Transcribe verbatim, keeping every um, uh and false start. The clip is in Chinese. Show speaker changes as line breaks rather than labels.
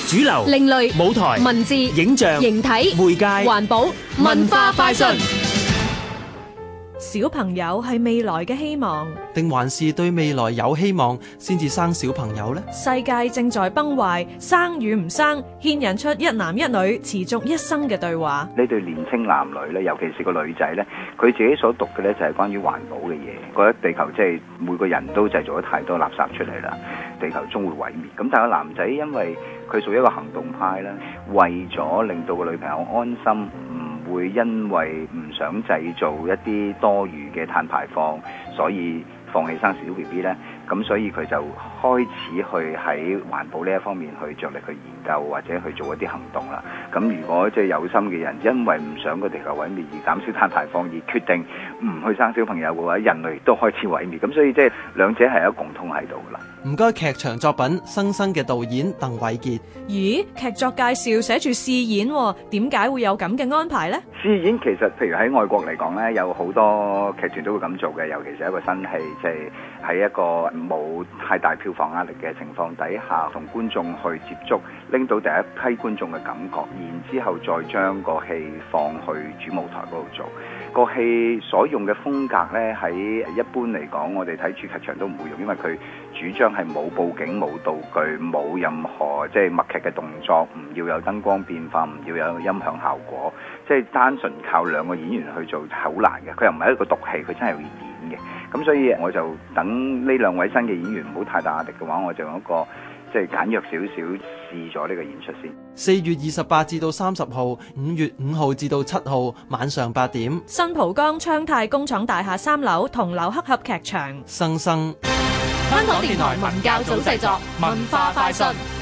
主流、
另類
舞台、
文字、
影像、
形體、
媒介、
環保、文化快訊。
小朋友係未來嘅希望，
定還是對未來有希望先至生小朋友呢？
世界正在崩壞，生與唔生牽引出一男一女持續一生嘅對話。
呢對年青男女咧，尤其是個女仔咧，佢自己所讀嘅咧就係關於環保嘅嘢，覺得地球即係每個人都製造咗太多垃圾出嚟啦，地球終會毀滅。咁但係個男仔因為佢屬於一個行動派啦，為咗令到個女朋友安心，唔會因為唔想製造一啲多餘嘅碳排放，所以放棄生小 B B 咧，咁所以佢就開始去喺環保呢一方面去着力去研究或者去做一啲行動啦。咁如果即係有心嘅人，因為唔想個地球毀滅而減少碳排放而決定唔去生小朋友嘅話，人類都開始毀滅。咁所以即係兩者係有共通喺度噶啦。
唔該，劇場作品《生生》嘅導演鄧偉傑。
咦，劇作介紹寫住試演，點解會有咁嘅安排呢？
試演其實譬如喺外國嚟講呢，有好多劇團都會咁做嘅，尤其是一個新戲，即係喺一個冇太大票房壓力嘅情況底下，同觀眾去接觸，拎到第一批觀眾嘅感覺，然之後再將個戲放去主舞台嗰度做。個戲所用嘅風格呢，喺一般嚟講，我哋睇主劇場都唔會用，因為佢主張係冇佈景、冇道具、冇任何即係默劇嘅動作，唔要有燈光變化，唔要有音響效果，即係單純靠兩個演員去做係好難嘅。佢又唔係一個獨戲，佢真係要演嘅。咁所以我就等呢兩位新嘅演員唔好太大壓力嘅話，我就用一個即係簡約少少試咗呢個演出先。
四月二十八至到三十號，五月五號至到七號晚上八點，
新蒲崗昌泰工廠大廈三樓同樓黑盒劇場。
生生。
香港電台文教組製作，文化快訊。